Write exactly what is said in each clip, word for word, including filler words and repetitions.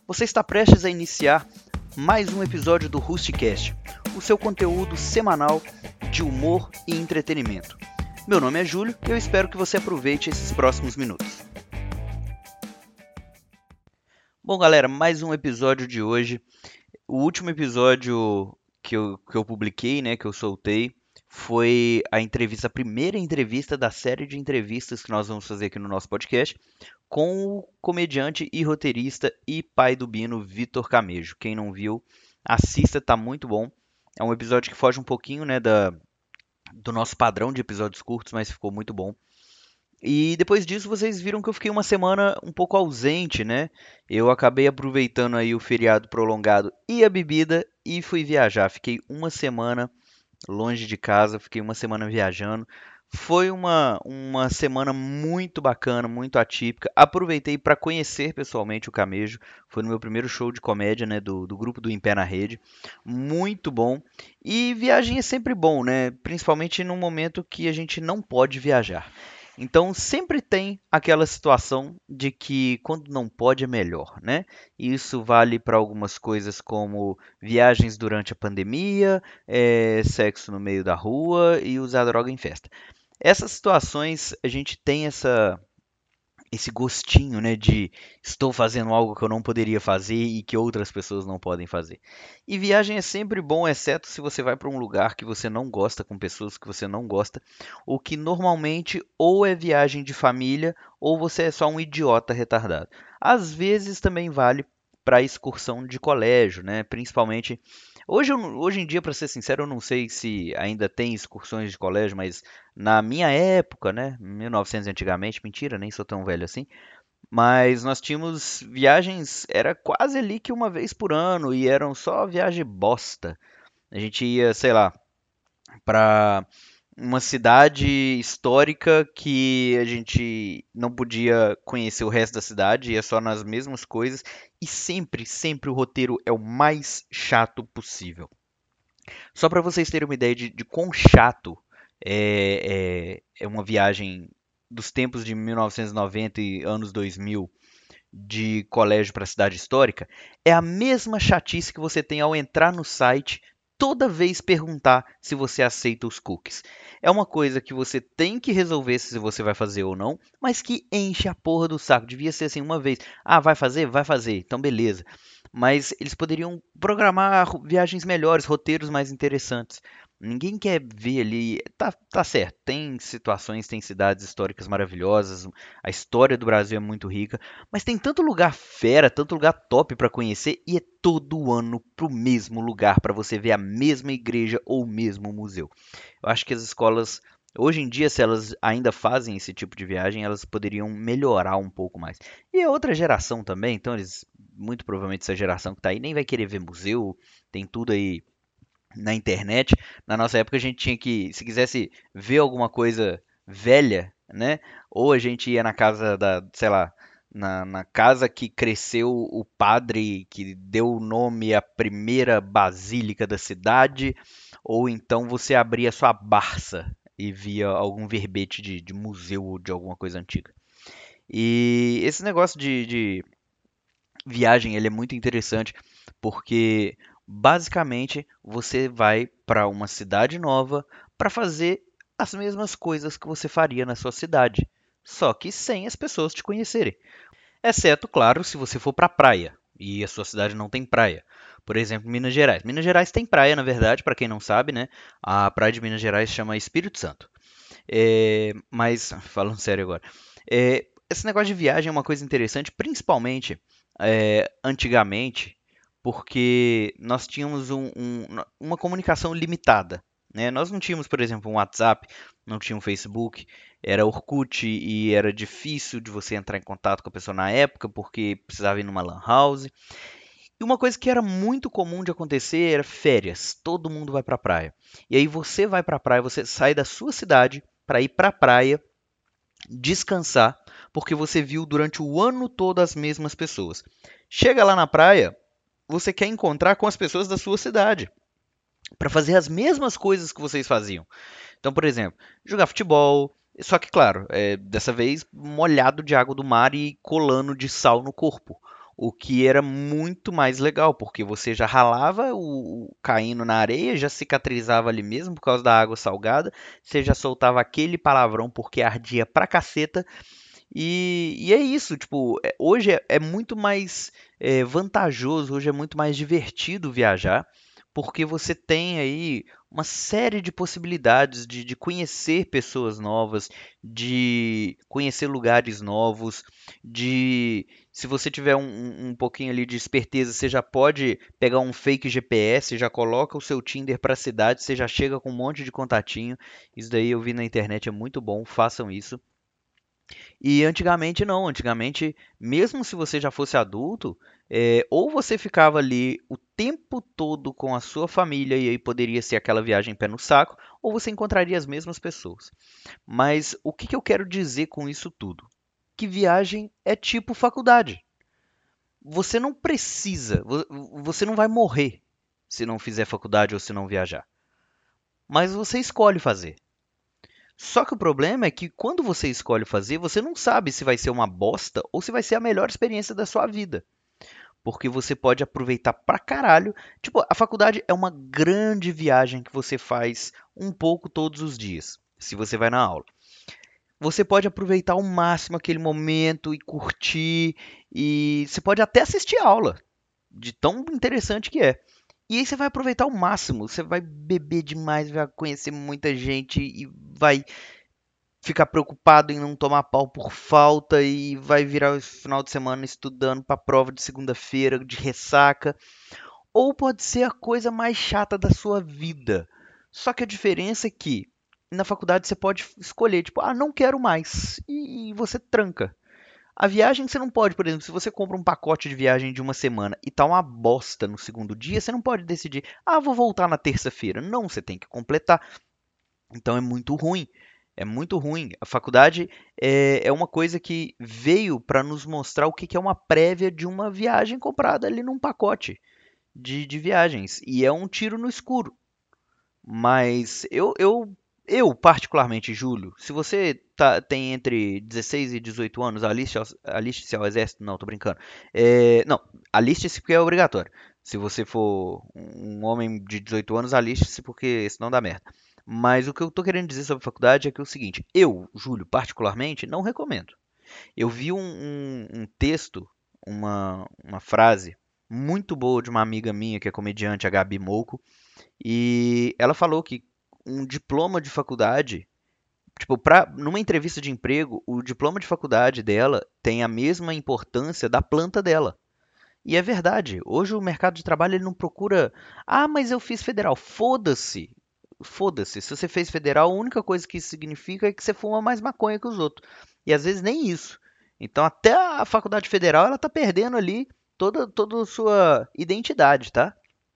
Você está prestes a iniciar mais um episódio do Rusticast, o seu conteúdo semanal de humor e entretenimento. Meu nome é Júlio e eu espero que você aproveite esses próximos minutos. Bom, galera, mais um episódio de hoje. O último episódio que eu, que eu publiquei, né, que eu soltei, foi a entrevista, a primeira entrevista da série de entrevistas que nós vamos fazer aqui no nosso podcast, com o comediante e roteirista e pai do Bino, Vitor Camejo. Quem não viu, assista, tá muito bom. É um episódio que foge um pouquinho, né, da, do nosso padrão de episódios curtos, mas ficou muito bom. E depois disso vocês viram que eu fiquei uma semana um pouco ausente, né? Eu acabei aproveitando aí o feriado prolongado e a bebida e fui viajar. Fiquei uma semana longe de casa, fiquei uma semana viajando. Foi uma, uma semana muito bacana, muito atípica. Aproveitei para conhecer pessoalmente o Camejo. Foi no meu primeiro show de comédia, né, do, do grupo do Em Pé na Rede. Muito bom. E viagem é sempre bom, né? Principalmente num momento que a gente não pode viajar. Então sempre tem aquela situação de que quando não pode é melhor, né? E isso vale para algumas coisas como viagens durante a pandemia, eh, sexo no meio da rua e usar droga em festa. Essas situações a gente tem essa esse gostinho, né, de estou fazendo algo que eu não poderia fazer e que outras pessoas não podem fazer. E viagem é sempre bom, exceto se você vai para um lugar que você não gosta, com pessoas que você não gosta, o que normalmente ou é viagem de família ou você é só um idiota retardado. Às vezes também vale para excursão de colégio, né? Principalmente hoje, eu hoje em dia, para ser sincero, eu não sei se ainda tem excursões de colégio, mas na minha época, né, mil e novecentos antigamente, mentira, nem sou tão velho assim, mas nós tínhamos viagens, era quase ali que uma vez por ano e eram só viagem bosta. A gente ia, sei lá, para uma cidade histórica que a gente não podia conhecer o resto da cidade, ia só nas mesmas coisas e sempre, sempre o roteiro é o mais chato possível. Só para vocês terem uma ideia de, de quão chato é, é, é uma viagem dos tempos de mil novecentos e noventa e anos dois mil de colégio para cidade histórica, é a mesma chatice que você tem ao entrar no site toda vez perguntar se você aceita os cookies. É uma coisa que você tem que resolver se você vai fazer ou não, mas que enche a porra do saco. Devia ser assim uma vez. Ah, vai fazer? Vai fazer. Então beleza. Mas eles poderiam programar ro- viagens melhores, roteiros mais interessantes. Ninguém quer ver ali. Tá, tá certo, tem situações, tem cidades históricas maravilhosas, a história do Brasil é muito rica, mas tem tanto lugar fera, tanto lugar top para conhecer e é todo ano pro mesmo lugar para você ver a mesma igreja ou o mesmo museu. Eu acho que as escolas, hoje em dia, se elas ainda fazem esse tipo de viagem, elas poderiam melhorar um pouco mais. E é outra geração também, então eles, muito provavelmente essa geração que tá aí nem vai querer ver museu, tem tudo aí na internet. Na nossa época a gente tinha que, se quisesse ver alguma coisa velha, né? Ou a gente ia na casa da, sei lá, na, na casa que cresceu o padre que deu o nome à primeira basílica da cidade, ou então você abria sua Barça e via algum verbete de, de museu ou de alguma coisa antiga. E esse negócio de, de viagem, ele é muito interessante porque basicamente você vai para uma cidade nova para fazer as mesmas coisas que você faria na sua cidade, só que sem as pessoas te conhecerem. Exceto, claro, se você for para a praia e a sua cidade não tem praia. Por exemplo, Minas Gerais. Minas Gerais tem praia, na verdade, para quem não sabe, né? A praia de Minas Gerais chama Espírito Santo. É, mas, falando sério agora, é, esse negócio de viagem é uma coisa interessante, principalmente é, antigamente, porque nós tínhamos um- um- uma comunicação limitada. Né? Nós não tínhamos, por exemplo, um WhatsApp, não tinha um Facebook, era Orkut e era difícil de você entrar em contato com a pessoa na época, porque precisava ir numa lan house. E uma coisa que era muito comum de acontecer era férias. Todo mundo vai para a praia. E aí você vai para a praia, você sai da sua cidade para ir para a praia descansar, porque você viu durante o ano todo as mesmas pessoas. Chega lá na praia, você quer encontrar com as pessoas da sua cidade para fazer as mesmas coisas que vocês faziam. Então, por exemplo, jogar futebol, só que claro, é, dessa vez molhado de água do mar e colando de sal no corpo. O que era muito mais legal, porque você já ralava o, o caindo na areia, já cicatrizava ali mesmo por causa da água salgada, você já soltava aquele palavrão porque ardia pra caceta. E, e é isso, tipo, é- hoje é, é muito mais é, vantajoso, hoje é muito mais divertido viajar, porque você tem aí uma série de possibilidades de, de conhecer pessoas novas, de conhecer lugares novos, de se você tiver um, um um pouquinho ali de esperteza, você já pode pegar um fake G P S, já coloca o seu Tinder para a cidade, você já chega com um monte de contatinho. Isso daí eu vi na internet, é muito bom, façam isso. E antigamente não, antigamente, mesmo se você já fosse adulto, eh, ou você ficava ali o tempo todo com a sua família e aí poderia ser aquela viagem pé no saco, ou você encontraria as mesmas pessoas. Mas o que que eu quero dizer com isso tudo? Que viagem é tipo faculdade. Você não precisa, vo- você não vai morrer se não fizer faculdade ou se não viajar. Mas você escolhe fazer. Só que o problema é que quando você escolhe fazer, você não sabe se vai ser uma bosta ou se vai ser a melhor experiência da sua vida. Porque você pode aproveitar pra caralho. Tipo, a faculdade é uma grande viagem que você faz um pouco todos os dias, se você vai na aula. Você pode aproveitar ao máximo aquele momento e curtir, e você pode até assistir a aula, de tão interessante que é. E aí você vai aproveitar ao máximo, você vai beber demais, vai conhecer muita gente e vai ficar preocupado em não tomar pau por falta e vai virar o final de semana estudando para a prova de segunda-feira de ressaca, ou pode ser a coisa mais chata da sua vida. Só que a diferença é que na faculdade você pode escolher, tipo, ah, não quero mais, e você tranca. A viagem você não pode, por exemplo, se você compra um pacote de viagem de uma semana e tá uma bosta no segundo dia, você não pode decidir, ah, vou voltar na terça-feira. Não, você tem que completar. Então é muito ruim. É muito ruim. A faculdade é, é uma coisa que veio para nos mostrar o que que é uma prévia de uma viagem comprada ali num pacote de, de viagens. E é um tiro no escuro. Mas eu, eu, eu particularmente, Júlio, se você tá- tem entre dezesseis e dezoito anos, aliste-se ao, aliste-se ao exército. Não, tô brincando. É, não, aliste-se porque é obrigatório. Se você for um homem de dezoito anos, aliste-se porque senão dá merda. Mas o que eu tô querendo dizer sobre a faculdade é que é o seguinte: eu, Júlio, particularmente, não recomendo. Eu vi um, um- um texto, uma, uma frase muito boa de uma amiga minha que é comediante, a Gabi Mouco, e ela falou que um diploma de faculdade, tipo, pra, numa entrevista de emprego, o diploma de faculdade dela tem a mesma importância da planta dela. E é verdade. Hoje o mercado de trabalho ele não procura. Ah, mas eu fiz federal. Foda-se. Foda-se. Se você fez federal, a única coisa que isso significa é que você fuma mais maconha que os outros. E às vezes nem isso. Então até a faculdade federal ela tá perdendo ali toda, toda a sua identidade, tá?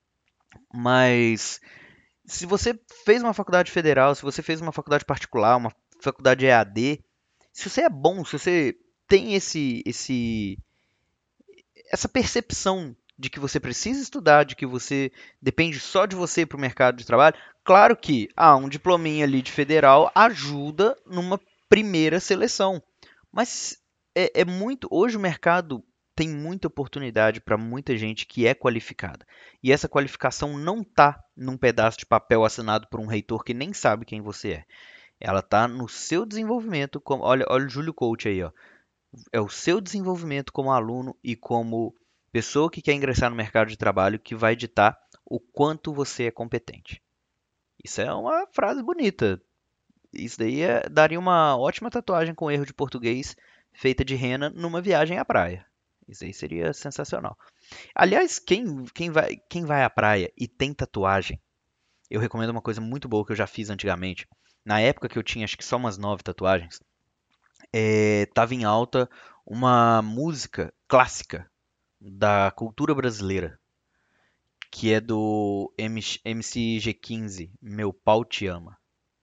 Mas se você fez uma faculdade federal, se você fez uma faculdade particular, uma faculdade E A D, se você é bom, se você tem esse, esse, essa percepção de que você precisa estudar, de que você depende só de você para o mercado de trabalho, claro que ah, um diplominha ali de federal ajuda numa primeira seleção. Mas é, é muito. Hoje o mercado tem muita oportunidade para muita gente que é qualificada. E essa qualificação não está num pedaço de papel assinado por um reitor que nem sabe quem você é. Ela está no seu desenvolvimento. Como, olha, olha o Júlio Coach aí, ó. É o seu desenvolvimento como aluno e como pessoa que quer ingressar no mercado de trabalho que vai ditar o quanto você é competente. Isso é uma frase bonita. Isso daí é- daria uma ótima tatuagem com erro de português feita de rena numa viagem à praia. Isso aí seria sensacional. Aliás, quem, quem vai, quem vai à praia e tem tatuagem, eu recomendo uma coisa muito boa que eu já fiz antigamente. Na época que eu tinha acho que só umas nove tatuagens, eh, tava em alta uma música clássica da cultura brasileira, que é do M C G quinze, Meu Pau Te Ama.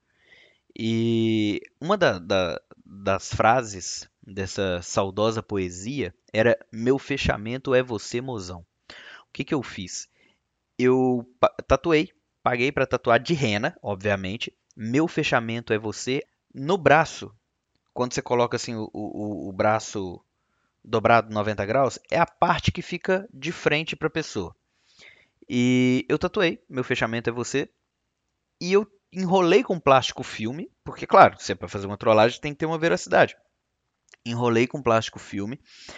E uma da- da- das frases dessa saudosa poesia era: Meu fechamento é você, mozão. O que que eu fiz? Eu pa- tatuei, paguei para tatuar de rena, obviamente. Meu fechamento é você no braço. Quando você coloca assim o, o- o braço dobrado noventa graus, é a parte que fica de frente para a pessoa. E eu tatuei, meu fechamento é você, e eu enrolei com plástico filme, porque claro, se é para fazer uma trollagem tem que ter uma veracidade. Enrolei com plástico filme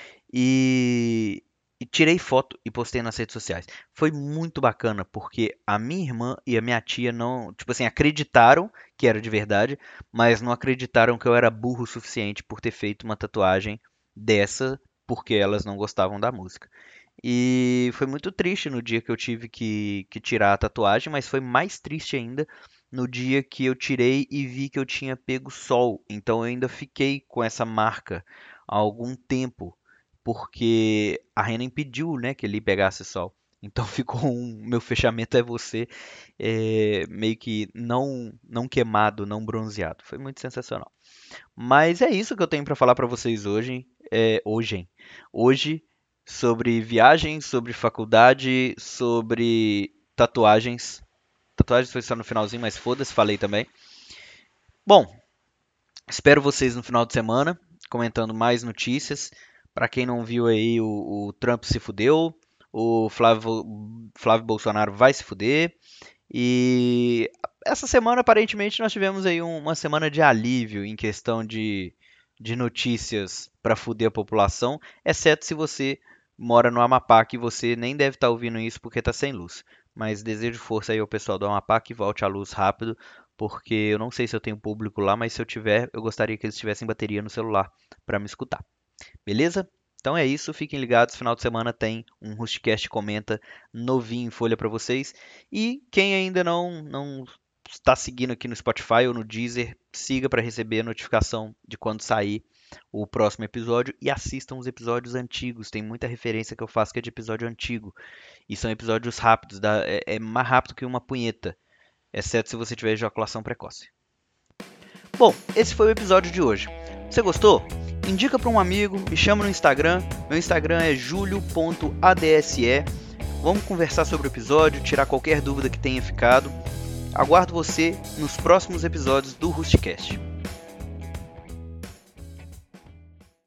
e, e tirei foto e postei nas redes sociais. Foi muito bacana, porque a minha irmã e a minha tia não, tipo assim, acreditaram que era de verdade, mas não acreditaram que eu era burro o suficiente por ter feito uma tatuagem dessa, porque elas não gostavam da música. E foi muito triste no dia que eu tive que, que tirar a tatuagem, mas foi mais triste ainda no dia que eu tirei e vi que eu tinha pego sol. Então eu ainda fiquei com essa marca há algum tempo, porque a Rena impediu, né, que ele pegasse sol. Então ficou um, meu fechamento é você, é, meio que não não queimado, não bronzeado. Foi muito sensacional. Mas é isso que eu tenho para falar para vocês hoje, é, hoje, hein? Hoje sobre viagens, sobre faculdade, sobre tatuagens. Tatuagens foi só no finalzinho, mas foda-se, falei também. Bom, espero vocês no final de semana, comentando mais notícias. Para quem não viu aí, o, o Trump se fudeu, o Flávio, Flávio Bolsonaro vai se fuder. E essa semana, aparentemente, nós tivemos aí um- uma semana de alívio em questão de, de notícias para fuder a população, exceto se você mora no Amapá, que você nem deve estar ouvindo isso porque está sem luz. Mas desejo força aí ao pessoal do Amapá que volte à luz rápido, porque eu não sei se eu tenho público lá, mas se eu tiver, eu gostaria que eles tivessem bateria no celular para me escutar. Beleza? Então é isso, fiquem ligados, final de semana tem um Rustcast Comenta novinho em folha para vocês. E quem ainda não, não está seguindo aqui no Spotify ou no Deezer, siga para receber a notificação de quando sair o próximo episódio e assistam os episódios antigos. Tem muita referência que eu faço que é de episódio antigo. E são episódios rápidos, dá- é, é mais rápido que uma punheta, exceto se você tiver ejaculação precoce. Bom, esse foi o episódio de hoje. Você gostou? Indica para um amigo, me chama no Instagram. Meu Instagram é julio ponto adse. Vamos conversar sobre o episódio, tirar qualquer dúvida que tenha ficado. Aguardo você nos próximos episódios do Rustcast.